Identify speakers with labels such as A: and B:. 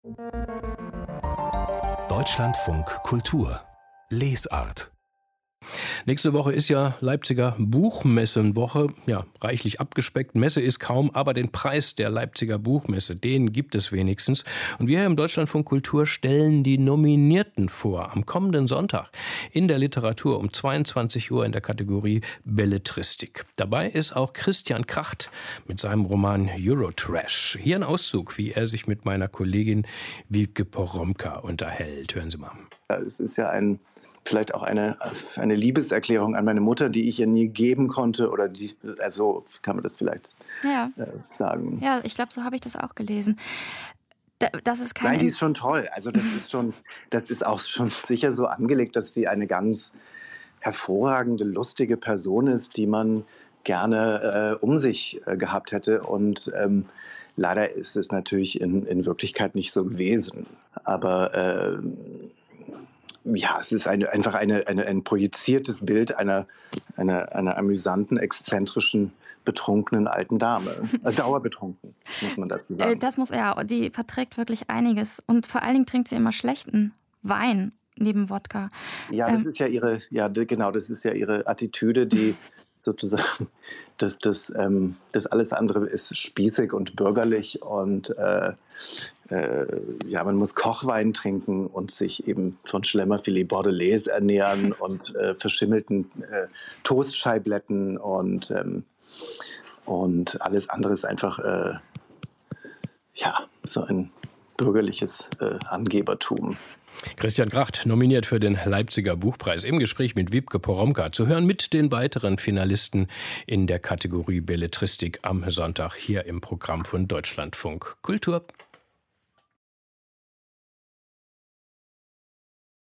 A: Deutschlandfunk Kultur Lesart.
B: Nächste Woche ist ja Leipziger Buchmessenwoche. Ja, reichlich abgespeckt. Messe ist kaum, aber den Preis der Leipziger Buchmesse, den gibt es wenigstens. Und wir hier im Deutschlandfunk Kultur stellen die Nominierten vor. Am kommenden Sonntag in der Literatur um 22 Uhr in der Kategorie Belletristik. Dabei ist auch Christian Kracht mit seinem Roman Eurotrash. Hier ein Auszug, wie er sich mit meiner Kollegin Wiebke Poromka unterhält. Hören Sie mal.
C: Es ist ja vielleicht auch eine Liebeserklärung an meine Mutter, die ich ihr nie geben konnte. Oder also kann man das vielleicht sagen.
D: Ja, ich glaube, so habe ich das auch gelesen. Das ist
C: Nein, die ist schon toll. Also das ist auch schon sicher so angelegt, dass sie eine ganz hervorragende, lustige Person ist, die man gerne um sich gehabt hätte. Und leider ist es natürlich in Wirklichkeit nicht so gewesen. Aber ja, es ist einfach ein projiziertes Bild einer amüsanten, exzentrischen, betrunkenen alten Dame. Dauerbetrunken, muss man dazu sagen.
D: Die verträgt wirklich einiges. Und vor allen Dingen trinkt sie immer schlechten Wein neben Wodka.
C: Ja, das ist ja ihre Attitüde, die sozusagen, das alles andere ist spießig und bürgerlich und man muss Kochwein trinken und sich eben von Schlemmerfilet Bordelaise ernähren und verschimmelten Toastscheibletten und alles andere ist einfach so ein bürgerliches Angebertum.
B: Christian Kracht, nominiert für den Leipziger Buchpreis, im Gespräch mit Wiebke Poromka. Zu hören mit den weiteren Finalisten in der Kategorie Belletristik am Sonntag hier im Programm von Deutschlandfunk Kultur.